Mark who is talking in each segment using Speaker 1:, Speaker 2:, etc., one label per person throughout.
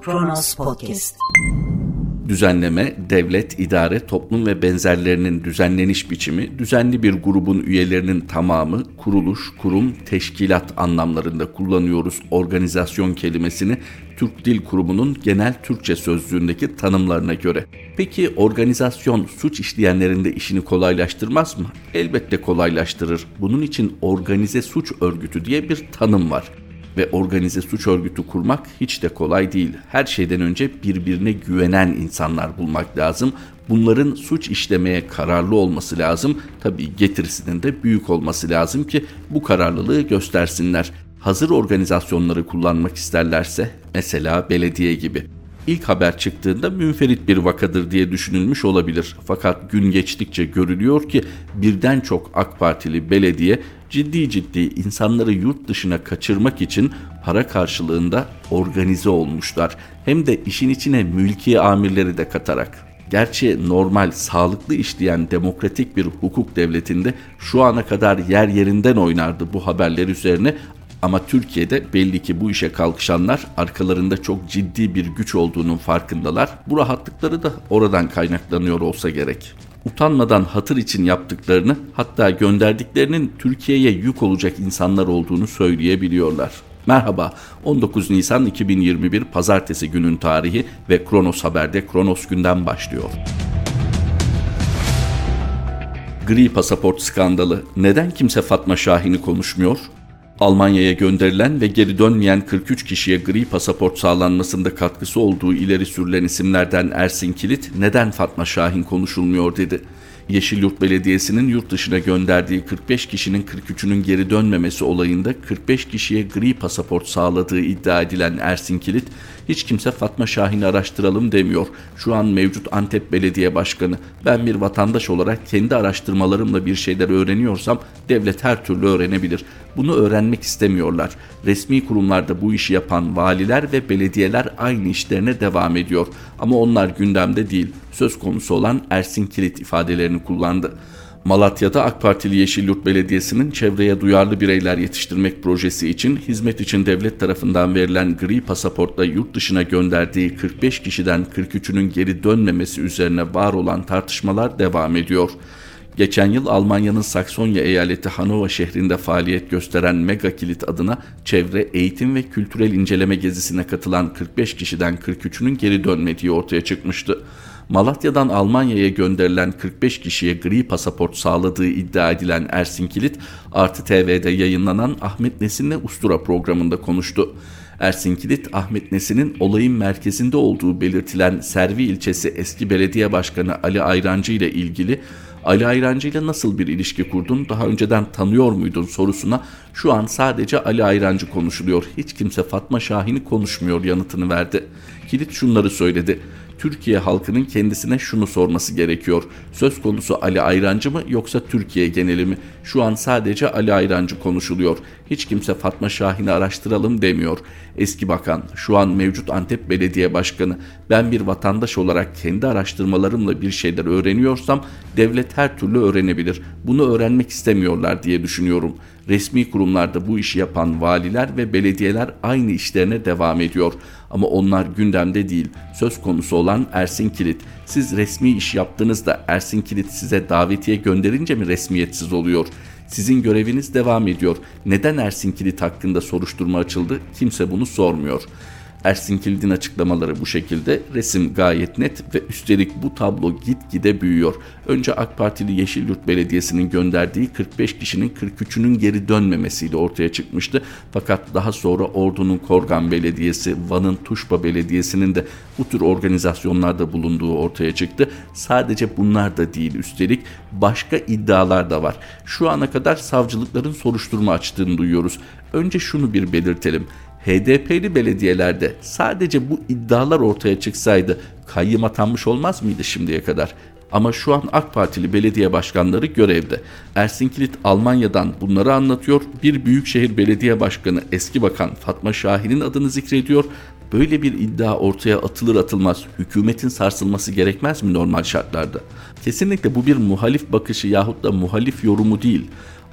Speaker 1: Kronos Podcast.
Speaker 2: Düzenleme, devlet, idare, toplum ve benzerlerinin düzenleniş biçimi, düzenli bir grubun üyelerinin tamamı, kuruluş, kurum, teşkilat anlamlarında kullanıyoruz organizasyon kelimesini Türk Dil Kurumu'nun genel Türkçe sözlüğündeki tanımlarına göre. Peki organizasyon suç işleyenlerin de işini kolaylaştırmaz mı? Elbette kolaylaştırır. Bunun için organize suç örgütü diye bir tanım var. Ve organize suç örgütü kurmak hiç de kolay değil. Her şeyden önce birbirine güvenen insanlar bulmak lazım. Bunların suç işlemeye kararlı olması lazım. Tabii getirisinin de büyük olması lazım ki bu kararlılığı göstersinler. Hazır organizasyonları kullanmak isterlerse, mesela belediye gibi. İlk haber çıktığında münferit bir vakadır diye düşünülmüş olabilir. Fakat gün geçtikçe görülüyor ki birden çok AK Partili belediye ciddi insanları yurt dışına kaçırmak için para karşılığında organize olmuşlar. Hem de işin içine mülkiye amirleri de katarak. Gerçi normal, sağlıklı işleyen demokratik bir hukuk devletinde şu ana kadar yer yerinden oynardı bu haberler üzerine. Ama Türkiye'de belli ki bu işe kalkışanlar arkalarında çok ciddi bir güç olduğunun farkındalar. Bu rahatlıkları da oradan kaynaklanıyor olsa gerek. Utanmadan hatır için yaptıklarını, hatta gönderdiklerinin Türkiye'ye yük olacak insanlar olduğunu söyleyebiliyorlar. Merhaba, 19 Nisan 2021 Pazartesi günün tarihi ve Kronos Haber'de Kronos günden başlıyor. Gri pasaport skandalı. Neden kimse Fatma Şahin'i konuşmuyor? Almanya'ya gönderilen ve geri dönmeyen 43 kişiye gri pasaport sağlanmasında katkısı olduğu ileri sürülen isimlerden Ersin Kilit neden Fatma Şahin konuşulmuyor dedi. Yeşilyurt Belediyesi'nin yurt dışına gönderdiği 45 kişinin 43'ünün geri dönmemesi olayında 45 kişiye gri pasaport sağladığı iddia edilen Ersin Kilit, hiç kimse Fatma Şahin'i araştıralım demiyor. Şu an mevcut Antep Belediye Başkanı, ben bir vatandaş olarak kendi araştırmalarımla bir şeyler öğreniyorsam devlet her türlü öğrenebilir. Bunu öğrenmek istemiyorlar. Resmi kurumlarda bu işi yapan valiler ve belediyeler aynı işlerine devam ediyor. Ama onlar gündemde değil. Söz konusu olan Ersin Kilit ifadelerini kullandı. Malatya'da AK Partili Yeşilyurt Belediyesi'nin çevreye duyarlı bireyler yetiştirmek projesi için hizmet için devlet tarafından verilen gri pasaportla yurt dışına gönderdiği 45 kişiden 43'ünün geri dönmemesi üzerine var olan tartışmalar devam ediyor. Geçen yıl Almanya'nın Saksonya eyaleti Hanova şehrinde faaliyet gösteren Mega Kilit adına çevre, eğitim ve kültürel inceleme gezisine katılan 45 kişiden 43'ünün geri dönmediği ortaya çıkmıştı. Malatya'dan Almanya'ya gönderilen 45 kişiye gri pasaport sağladığı iddia edilen Ersin Kilit, Artı TV'de yayınlanan Ahmet Nesin'le Ustura programında konuştu. Ersin Kilit, Ahmet Nesin'in olayın merkezinde olduğu belirtilen Servi ilçesi eski belediye başkanı Ali Ayrancı ile ilgili Ali Ayrancı ile nasıl bir ilişki kurdun, daha önceden tanıyor muydun sorusuna şu an sadece Ali Ayrancı konuşuluyor, hiç kimse Fatma Şahin'i konuşmuyor yanıtını verdi. Kilit şunları söyledi. Türkiye halkının kendisine şunu sorması gerekiyor. Söz konusu Ali Ayrancı mı yoksa Türkiye geneli mi? Şu an sadece Ali Ayrancı konuşuluyor. Hiç kimse Fatma Şahin'i araştıralım demiyor. Eski bakan, şu an mevcut Antep Belediye Başkanı, ben bir vatandaş olarak kendi araştırmalarımla bir şeyler öğreniyorsam devlet her türlü öğrenebilir. Bunu öğrenmek istemiyorlar diye düşünüyorum. Resmi kurumlarda bu işi yapan valiler ve belediyeler aynı işlerine devam ediyor. Ama onlar gündemde değil. Söz konusu olan Ersin Kilit. Siz resmi iş yaptığınızda Ersin Kilit size davetiye gönderince mi resmiyetsiz oluyor? Sizin göreviniz devam ediyor. Neden Ersin Kilit hakkında soruşturma açıldı? Kimse bunu sormuyor. Ersin Kilit'in açıklamaları bu şekilde, resim gayet net ve üstelik bu tablo gitgide büyüyor. Önce AK Partili Yeşilyurt Belediyesi'nin gönderdiği 45 kişinin 43'ünün geri dönmemesiyle ortaya çıkmıştı. Fakat daha sonra Ordu'nun Korgan Belediyesi, Van'ın Tuşba Belediyesi'nin de bu tür organizasyonlarda bulunduğu ortaya çıktı. Sadece bunlar da değil, üstelik başka iddialar da var. Şu ana kadar savcılıkların soruşturma açtığını duyuyoruz. Önce şunu bir belirtelim. HDP'li belediyelerde sadece bu iddialar ortaya çıksaydı kayyım atanmış olmaz mıydı şimdiye kadar? Ama şu an AK Partili belediye başkanları görevde. Ersin Kilit Almanya'dan bunları anlatıyor. Bir büyükşehir belediye başkanı eski bakan Fatma Şahin'in adını zikrediyor. Böyle bir iddia ortaya atılır atılmaz hükümetin sarsılması gerekmez mi normal şartlarda? Kesinlikle bu bir muhalif bakışı yahut da muhalif yorumu değil.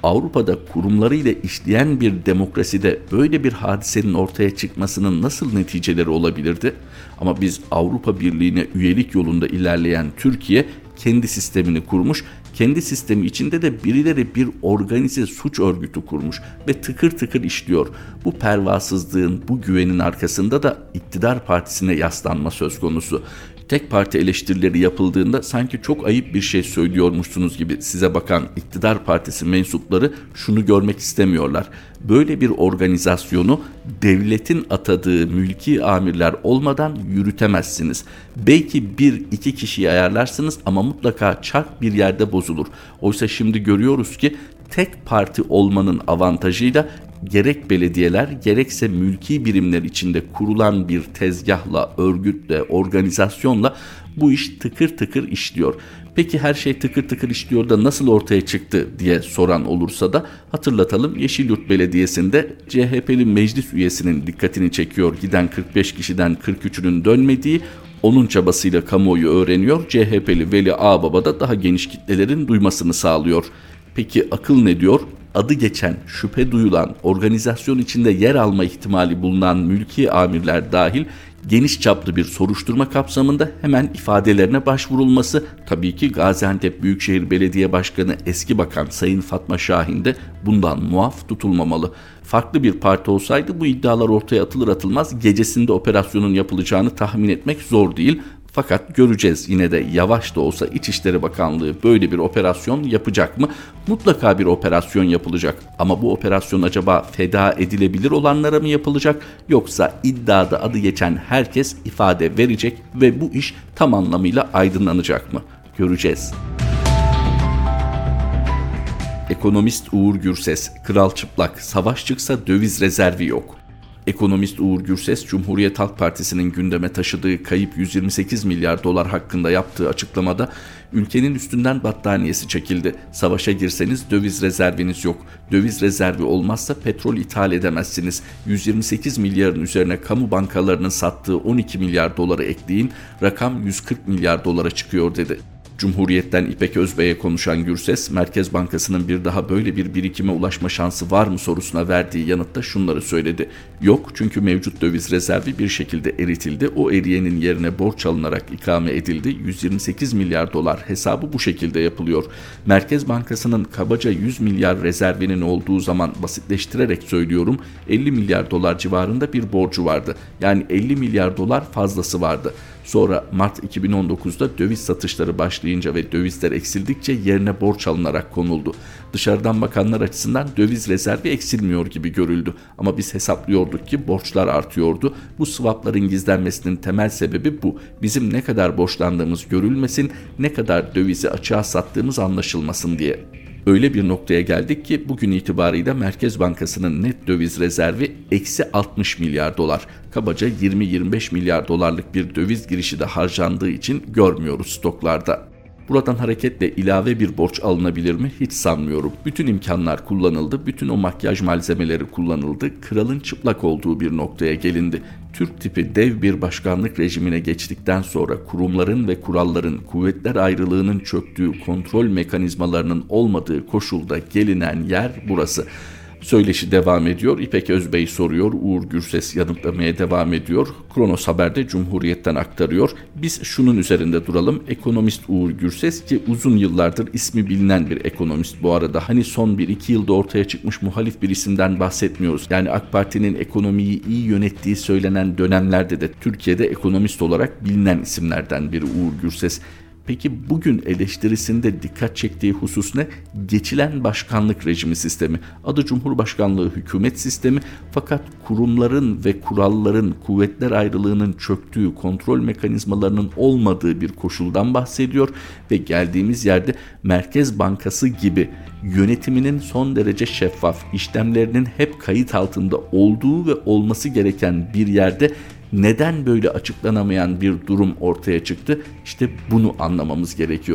Speaker 2: Avrupa'da kurumlarıyla işleyen bir demokraside böyle bir hadisenin ortaya çıkmasının nasıl neticeleri olabilirdi? Ama biz Avrupa Birliği'ne üyelik yolunda ilerleyen Türkiye kendi sistemini kurmuş, kendi sistemi içinde de birileri bir organize suç örgütü kurmuş ve tıkır tıkır işliyor. Bu pervasızlığın, bu güvenin arkasında da iktidar partisine yaslanma söz konusu. Tek parti eleştirileri yapıldığında sanki çok ayıp bir şey söylüyormuşsunuz gibi size bakan iktidar partisi mensupları şunu görmek istemiyorlar. Böyle bir organizasyonu devletin atadığı mülki amirler olmadan yürütemezsiniz. Belki bir iki kişiyi ayarlarsınız ama mutlaka çark bir yerde bozulur. Oysa şimdi görüyoruz ki tek parti olmanın avantajıyla gerek belediyeler gerekse mülki birimler içinde kurulan bir tezgahla, örgütle, organizasyonla bu iş tıkır tıkır işliyor. Peki her şey tıkır tıkır işliyor da nasıl ortaya çıktı diye soran olursa da hatırlatalım, Yeşilyurt Belediyesi'nde CHP'li meclis üyesinin dikkatini çekiyor. Giden 45 kişiden 43'ünün dönmediği, onun çabasıyla kamuoyu öğreniyor. CHP'li Veli Ağbaba da daha geniş kitlelerin duymasını sağlıyor. Peki akıl ne diyor? Adı geçen, şüphe duyulan, organizasyon içinde yer alma ihtimali bulunan mülki amirler dahil geniş çaplı bir soruşturma kapsamında hemen ifadelerine başvurulması, tabii ki Gaziantep Büyükşehir Belediye Başkanı eski bakan Sayın Fatma Şahin de bundan muaf tutulmamalı. Farklı bir parti olsaydı bu iddialar ortaya atılır atılmaz gecesinde operasyonun yapılacağını tahmin etmek zor değil. Fakat göreceğiz, yine de yavaş da olsa İçişleri Bakanlığı böyle bir operasyon yapacak mı? Mutlaka bir operasyon yapılacak. Ama bu operasyon acaba feda edilebilir olanlara mı yapılacak? Yoksa iddiada adı geçen herkes ifade verecek ve bu iş tam anlamıyla aydınlanacak mı? Göreceğiz. Ekonomist Uğur Gürses, kral çıplak, savaş çıksa döviz rezervi yok. Ekonomist Uğur Gürses, Cumhuriyet Halk Partisi'nin gündeme taşıdığı kayıp 128 milyar dolar hakkında yaptığı açıklamada ülkenin üstünden battaniyesi çekildi. Savaşa girseniz döviz rezerviniz yok. Döviz rezervi olmazsa petrol ithal edemezsiniz. 128 milyarın üzerine kamu bankalarının sattığı 12 milyar doları ekleyin, rakam 140 milyar dolara çıkıyor dedi. Cumhuriyet'ten İpek Özbey'e konuşan Gürses, Merkez Bankası'nın bir daha böyle bir birikime ulaşma şansı var mı sorusuna verdiği yanıtta şunları söyledi. Yok, çünkü mevcut döviz rezervi bir şekilde eritildi. O eriyenin yerine borç alınarak ikame edildi. 128 milyar dolar hesabı bu şekilde yapılıyor. Merkez Bankası'nın kabaca 100 milyar rezervinin olduğu zaman, basitleştirerek söylüyorum, 50 milyar dolar civarında bir borcu vardı. Yani 50 milyar dolar fazlası vardı. Sonra Mart 2019'da döviz satışları başlayınca ve dövizler eksildikçe yerine borç alınarak konuldu. Dışarıdan bakanlar açısından döviz rezervi eksilmiyor gibi görüldü. Ama biz hesaplıyorduk ki borçlar artıyordu. Bu swapların gizlenmesinin temel sebebi bu. Bizim ne kadar borçlandığımız görülmesin, ne kadar dövizi açığa sattığımız anlaşılmasın diye. Öyle bir noktaya geldik ki bugün itibarıyla Merkez Bankası'nın net döviz rezervi eksi 60 milyar dolar. Kabaca 20-25 milyar dolarlık bir döviz girişi de harcandığı için görmüyoruz stoklarda. Buradan hareketle ilave bir borç alınabilir mi? Hiç sanmıyorum. Bütün imkanlar kullanıldı, bütün o makyaj malzemeleri kullanıldı, kralın çıplak olduğu bir noktaya gelindi. Türk tipi dev bir başkanlık rejimine geçtikten sonra kurumların ve kuralların, kuvvetler ayrılığının çöktüğü, kontrol mekanizmalarının olmadığı koşulda gelinen yer burası. Söyleşi devam ediyor. İpek Özbey soruyor. Uğur Gürses yanıtlamaya devam ediyor. Kronos Haber'de Cumhuriyet'ten aktarıyor. Biz şunun üzerinde duralım. Ekonomist Uğur Gürses, ki uzun yıllardır ismi bilinen bir ekonomist bu arada. Hani son 1-2 yılda ortaya çıkmış muhalif bir isimden bahsetmiyoruz. Yani AK Parti'nin ekonomiyi iyi yönettiği söylenen dönemlerde de Türkiye'de ekonomist olarak bilinen isimlerden biri Uğur Gürses. Peki bugün eleştirisinde dikkat çektiği husus ne? Geçilen başkanlık rejimi sistemi. Adı Cumhurbaşkanlığı hükümet sistemi, fakat kurumların ve kuralların, kuvvetler ayrılığının çöktüğü, kontrol mekanizmalarının olmadığı bir koşuldan bahsediyor ve geldiğimiz yerde Merkez Bankası gibi yönetiminin son derece şeffaf, işlemlerinin hep kayıt altında olduğu ve olması gereken bir yerde neden böyle açıklanamayan bir durum ortaya çıktı? İşte bunu anlamamız gerekiyor.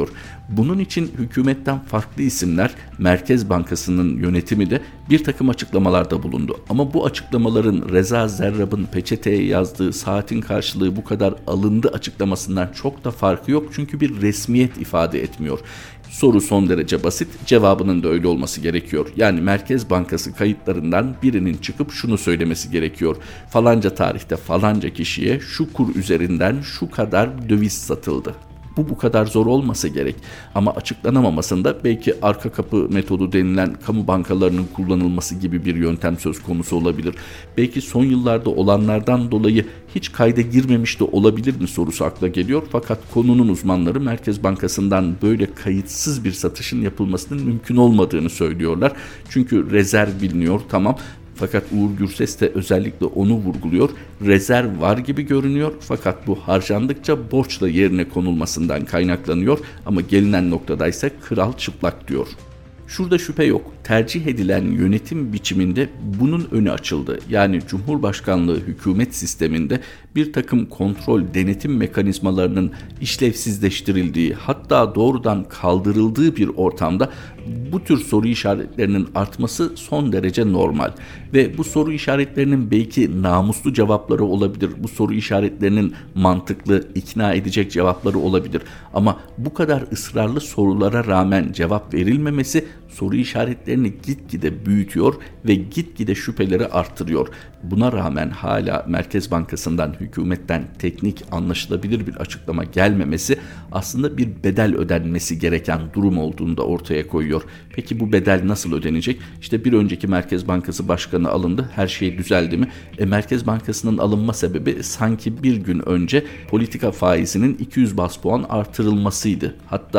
Speaker 2: Bunun için hükümetten farklı isimler, Merkez Bankası'nın yönetimi de bir takım açıklamalarda bulundu. Ama bu açıklamaların Reza Zerrab'ın peçeteye yazdığı saatin karşılığı bu kadar alındı açıklamasından çok da farkı yok. Çünkü bir resmiyet ifade etmiyor. Soru son derece basit, cevabının da öyle olması gerekiyor. Yani Merkez Bankası kayıtlarından birinin çıkıp şunu söylemesi gerekiyor. Falanca tarihte falanca kişiye şu kur üzerinden şu kadar döviz satıldı. Bu kadar zor olmasa gerek ama açıklanamamasında belki arka kapı metodu denilen kamu bankalarının kullanılması gibi bir yöntem söz konusu olabilir. Belki son yıllarda olanlardan dolayı hiç kayda girmemiş de olabilir mi sorusu akla geliyor. Fakat konunun uzmanları Merkez Bankası'ndan böyle kayıtsız bir satışın yapılmasının mümkün olmadığını söylüyorlar. Çünkü rezerv biliniyor, tamam. Fakat Uğur Gürses de özellikle onu vurguluyor. Rezerv var gibi görünüyor fakat bu harcandıkça borçla yerine konulmasından kaynaklanıyor ama gelinen noktadaysa kral çıplak diyor. Şurada şüphe yok. Tercih edilen yönetim biçiminde bunun önü açıldı. Yani Cumhurbaşkanlığı hükümet sisteminde bir takım kontrol, denetim mekanizmalarının işlevsizleştirildiği, hatta doğrudan kaldırıldığı bir ortamda bu tür soru işaretlerinin artması son derece normal. Ve bu soru işaretlerinin belki namuslu cevapları olabilir. Bu soru işaretlerinin mantıklı, ikna edecek cevapları olabilir. Ama bu kadar ısrarlı sorulara rağmen cevap verilmemesi soru işaretlerini gitgide büyütüyor ve gitgide şüpheleri arttırıyor. Buna rağmen hala Merkez Bankası'ndan, hükümetten teknik, anlaşılabilir bir açıklama gelmemesi aslında bir bedel ödenmesi gereken durum olduğunu da ortaya koyuyor. Peki bu bedel nasıl ödenecek? İşte bir önceki Merkez Bankası Başkanı alındı. Her şey düzeldi mi? Merkez Bankası'nın alınma sebebi sanki bir gün önce politika faizinin 200 bas puan artırılmasıydı.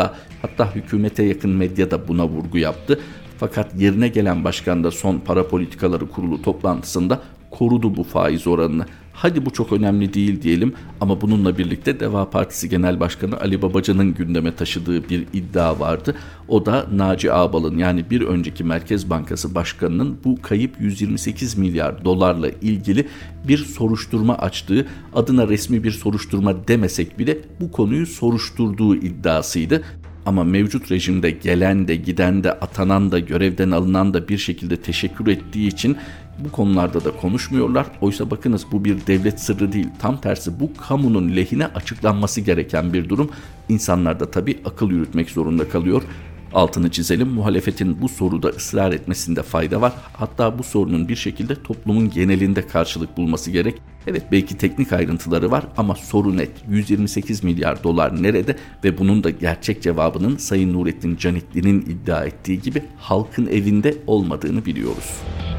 Speaker 2: Hatta hükümete yakın medya da buna vurgu yaptı. Fakat yerine gelen başkan da son para politikaları kurulu toplantısında korudu bu faiz oranını. Hadi bu çok önemli değil diyelim ama bununla birlikte Deva Partisi Genel Başkanı Ali Babacan'ın gündeme taşıdığı bir iddia vardı. O da Naci Ağbal'ın, yani bir önceki Merkez Bankası Başkanı'nın bu kayıp 128 milyar dolarla ilgili bir soruşturma açtığı, adına resmi bir soruşturma demesek bile bu konuyu soruşturduğu iddiasıydı. Ama mevcut rejimde gelen de giden de atanan da görevden alınan da bir şekilde teşekkür ettiği için bu konularda da konuşmuyorlar. Oysa bakınız bu bir devlet sırrı değil. Tam tersi bu kamunun lehine açıklanması gereken bir durum. İnsanlar da tabii akıl yürütmek zorunda kalıyor. Altını çizelim, muhalefetin bu soruda ısrar etmesinde fayda var. Hatta bu sorunun bir şekilde toplumun genelinde karşılık bulması gerek. Evet, belki teknik ayrıntıları var ama soru net. 128 milyar dolar nerede ve bunun da gerçek cevabının Sayın Nurettin Canikli'nin iddia ettiği gibi halkın evinde olmadığını biliyoruz.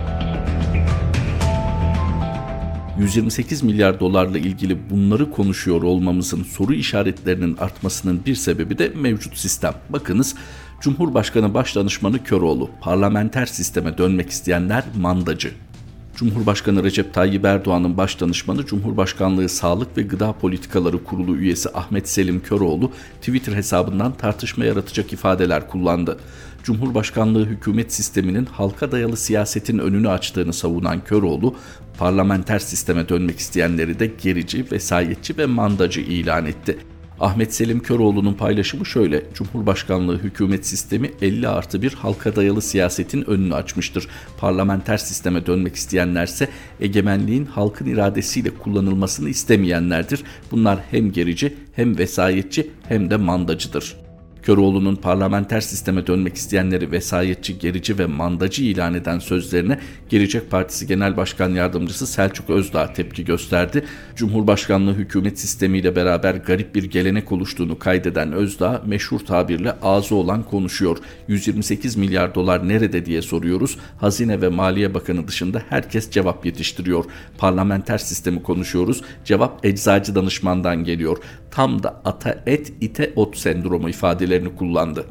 Speaker 2: 128 milyar dolarla ilgili bunları konuşuyor olmamızın, soru işaretlerinin artmasının bir sebebi de mevcut sistem. Bakınız, Cumhurbaşkanı Başdanışmanı Köroğlu, parlamenter sisteme dönmek isteyenler mandacı. Cumhurbaşkanı Recep Tayyip Erdoğan'ın başdanışmanı Cumhurbaşkanlığı Sağlık ve Gıda Politikaları Kurulu üyesi Ahmet Selim Köroğlu Twitter hesabından tartışma yaratacak ifadeler kullandı. Cumhurbaşkanlığı hükümet sisteminin halka dayalı siyasetin önünü açtığını savunan Köroğlu, parlamenter sisteme dönmek isteyenleri de gerici, vesayetçi ve mandacı ilan etti. Ahmet Selim Köroğlu'nun paylaşımı şöyle: Cumhurbaşkanlığı hükümet sistemi 50+1 halka dayalı siyasetin önünü açmıştır. Parlamenter sisteme dönmek isteyenlerse egemenliğin halkın iradesiyle kullanılmasını istemeyenlerdir. Bunlar hem gerici, hem vesayetçi, hem de mandacıdır. Köroğlu'nun parlamenter sisteme dönmek isteyenleri vesayetçi, gerici ve mandacı ilan eden sözlerine Gelecek Partisi Genel Başkan Yardımcısı Selçuk Özdağ tepki gösterdi. Cumhurbaşkanlığı hükümet sistemiyle beraber garip bir gelenek oluştuğunu kaydeden Özdağ meşhur tabirle ağzı olan konuşuyor. 128 milyar dolar nerede diye soruyoruz. Hazine ve Maliye Bakanı dışında herkes cevap yetiştiriyor. Parlamenter sistemi konuşuyoruz. Cevap eczacı danışmandan geliyor. Tam da ata et, ite ot sendromu ifadelerini kullandı.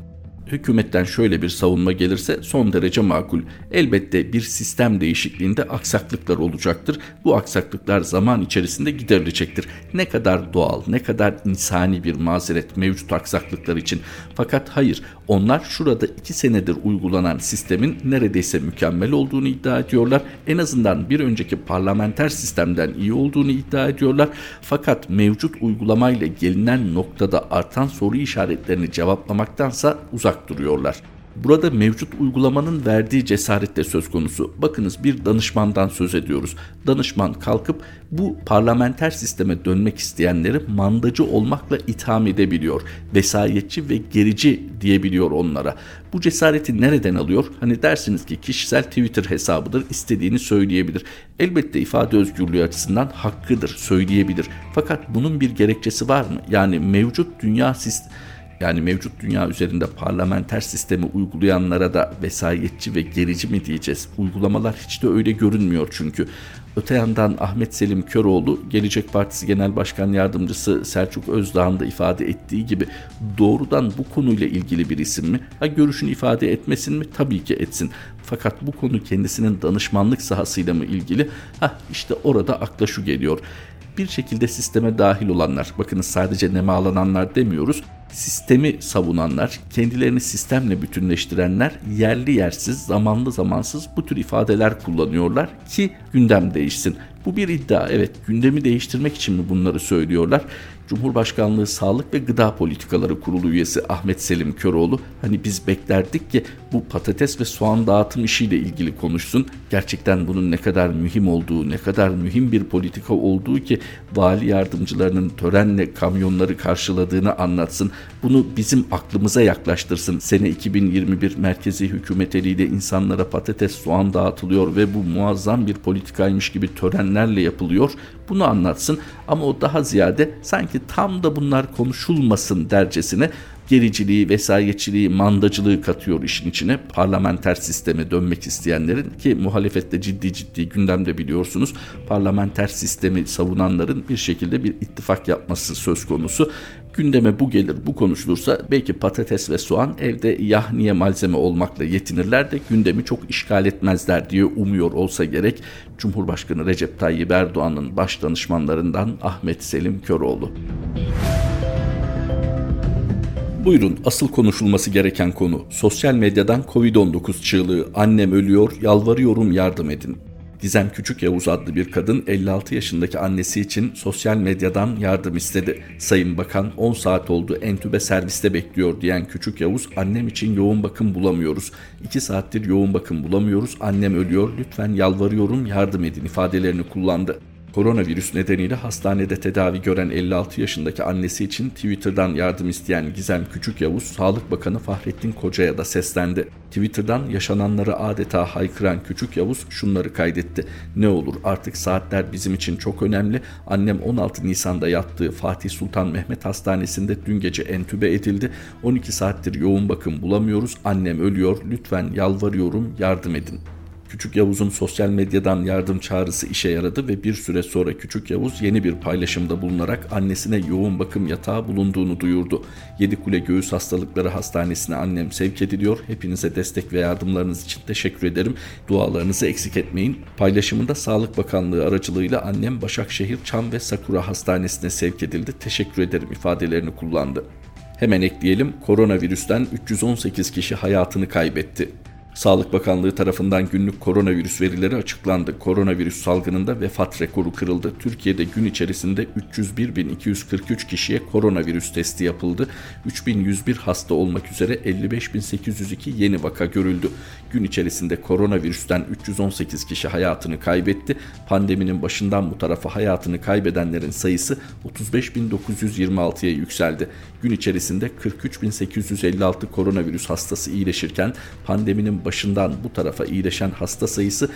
Speaker 2: Hükümetten şöyle bir savunma gelirse son derece makul. Elbette bir sistem değişikliğinde aksaklıklar olacaktır. Bu aksaklıklar zaman içerisinde giderilecektir. Ne kadar doğal, ne kadar insani bir mazeret mevcut aksaklıklar için. Fakat hayır, onlar şurada 2 senedir uygulanan sistemin neredeyse mükemmel olduğunu iddia ediyorlar. En azından bir önceki parlamenter sistemden iyi olduğunu iddia ediyorlar. Fakat mevcut uygulamayla gelinen noktada artan soru işaretlerini cevaplamaktansa uzak duruyorlar. Burada mevcut uygulamanın verdiği cesaret de söz konusu. Bakınız, bir danışmandan söz ediyoruz. Danışman kalkıp bu parlamenter sisteme dönmek isteyenleri mandacı olmakla itham edebiliyor. Vesayetçi ve gerici diyebiliyor onlara. Bu cesareti nereden alıyor? Hani dersiniz ki kişisel Twitter hesabıdır, istediğini söyleyebilir. Elbette ifade özgürlüğü açısından hakkıdır, söyleyebilir. Fakat bunun bir gerekçesi var mı? Yani mevcut dünya üzerinde parlamenter sistemi uygulayanlara da vesayetçi ve gerici mi diyeceğiz? Uygulamalar hiç de öyle görünmüyor çünkü. Öte yandan Ahmet Selim Köroğlu, Gelecek Partisi Genel Başkan Yardımcısı Selçuk Özdağ'ın da ifade ettiği gibi doğrudan bu konuyla ilgili bir isim mi? Görüşünü ifade etmesin mi? Tabii ki etsin. Fakat bu konu kendisinin danışmanlık sahasıyla mı ilgili? İşte orada akla şu geliyor. Bir şekilde sisteme dahil olanlar, bakınız sadece nemalananlar demiyoruz, sistemi savunanlar, kendilerini sistemle bütünleştirenler yerli yersiz, zamanlı zamansız bu tür ifadeler kullanıyorlar ki gündem değişsin. Bu bir iddia, evet, gündemi değiştirmek için mi bunları söylüyorlar? Cumhurbaşkanlığı Sağlık ve Gıda Politikaları Kurulu üyesi Ahmet Selim Köroğlu, hani biz beklerdik ki bu patates ve soğan dağıtım işiyle ilgili konuşsun. Gerçekten bunun ne kadar mühim olduğu, ne kadar mühim bir politika olduğu ki vali yardımcılarının törenle kamyonları karşıladığını anlatsın. Bunu bizim aklımıza yaklaştırsın. Sene 2021 merkezi hükümet eliyle insanlara patates, soğan dağıtılıyor ve bu muazzam bir politikaymış gibi törenlerle yapılıyor. Bunu anlatsın, ama o daha ziyade sanki tam da bunlar konuşulmasın dercesine gericiliği, vesayetçiliği, mandacılığı katıyor işin içine. Parlamenter sisteme dönmek isteyenlerin, ki muhalefette ciddi gündemde biliyorsunuz, parlamenter sistemi savunanların bir şekilde bir ittifak yapması söz konusu. Gündeme bu gelir, bu konuşulursa belki patates ve soğan evde yahniye malzeme olmakla yetinirler de gündemi çok işgal etmezler diye umuyor olsa gerek Cumhurbaşkanı Recep Tayyip Erdoğan'ın baş danışmanlarından Ahmet Selim Köroğlu. Buyurun, asıl konuşulması gereken konu. Sosyal medyadan Covid-19 çığlığı, annem ölüyor, yalvarıyorum yardım edin. Gizem Küçükyavuz adlı bir kadın 56 yaşındaki annesi için sosyal medyadan yardım istedi. Sayın Bakan 10 saat oldu entübe serviste bekliyor diyen Küçükyavuz, annem için yoğun bakım bulamıyoruz. 2 saattir yoğun bakım bulamıyoruz, annem ölüyor, lütfen yalvarıyorum yardım edin ifadelerini kullandı. Koronavirüs nedeniyle hastanede tedavi gören 56 yaşındaki annesi için Twitter'dan yardım isteyen Gizem Küçükyavuz, Sağlık Bakanı Fahrettin Koca'ya da seslendi. Twitter'dan yaşananları adeta haykıran Küçükyavuz şunları kaydetti. Ne olur artık saatler bizim için çok önemli. Annem 16 Nisan'da yattığı Fatih Sultan Mehmet Hastanesi'nde dün gece entübe edildi. 12 saattir yoğun bakım bulamıyoruz. Annem ölüyor. Lütfen yalvarıyorum yardım edin. Küçükyavuz'un sosyal medyadan yardım çağrısı işe yaradı ve bir süre sonra Küçükyavuz yeni bir paylaşımda bulunarak annesine yoğun bakım yatağı bulunduğunu duyurdu. Yedikule Göğüs Hastalıkları Hastanesi'ne annem sevk ediliyor. Hepinize destek ve yardımlarınız için teşekkür ederim. Dualarınızı eksik etmeyin. Paylaşımında Sağlık Bakanlığı aracılığıyla annem Başakşehir Çam ve Sakura Hastanesi'ne sevk edildi. Teşekkür ederim ifadelerini kullandı. Hemen ekleyelim, koronavirüsten 318 kişi hayatını kaybetti. Sağlık Bakanlığı tarafından günlük koronavirüs verileri açıklandı. Koronavirüs salgınında vefat rekoru kırıldı. Türkiye'de gün içerisinde 301.243 kişiye koronavirüs testi yapıldı. 3.101 hasta olmak üzere 55.802 yeni vaka görüldü. Gün içerisinde koronavirüsten 318 kişi hayatını kaybetti. Pandeminin başından bu tarafa hayatını kaybedenlerin sayısı 35.926'ya yükseldi. Gün içerisinde 43.856 koronavirüs hastası iyileşirken pandeminin başından bu tarafa iyileşen hasta sayısı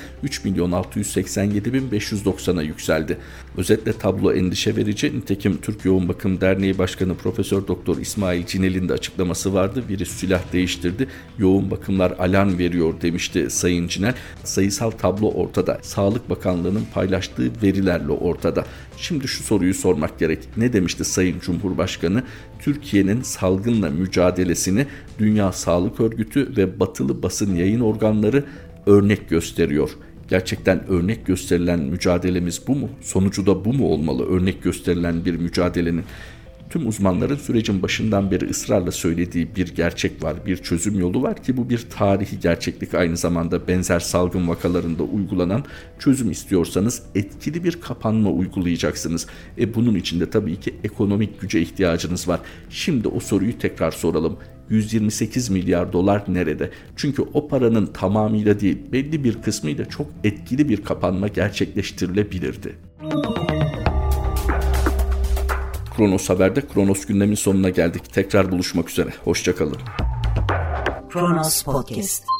Speaker 2: 3.687.590'a yükseldi. Özetle tablo endişe verici. Nitekim Türk Yoğun Bakım Derneği Başkanı Profesör Doktor İsmail Cinel'in de açıklaması vardı. Virüs silah değiştirdi. Yoğun bakımlar alarm veriyor demişti Sayın Cinel. Sayısal tablo ortada. Sağlık Bakanlığı'nın paylaştığı verilerle ortada. Şimdi şu soruyu sormak gerek. Ne demişti Sayın Cumhurbaşkanı? Türkiye'nin salgınla mücadelesini Dünya Sağlık Örgütü ve batılı basın yayın organları örnek gösteriyor. Gerçekten örnek gösterilen mücadelemiz bu mu? Sonucu da bu mu olmalı? Örnek gösterilen bir mücadelenin. Tüm uzmanların sürecin başından beri ısrarla söylediği bir gerçek var, bir çözüm yolu var ki bu bir tarihi gerçeklik, aynı zamanda benzer salgın vakalarında uygulanan çözüm. İstiyorsanız etkili bir kapanma uygulayacaksınız. Bunun için de tabii ki ekonomik güce ihtiyacınız var. Şimdi o soruyu tekrar soralım. 128 milyar dolar nerede? Çünkü o paranın tamamıyla değil, belli bir kısmıyla çok etkili bir kapanma gerçekleştirilebilirdi. Kronos Haber'de Kronos gündemin sonuna geldik. Tekrar buluşmak üzere. Hoşça kalın.
Speaker 1: Kronos Podcast.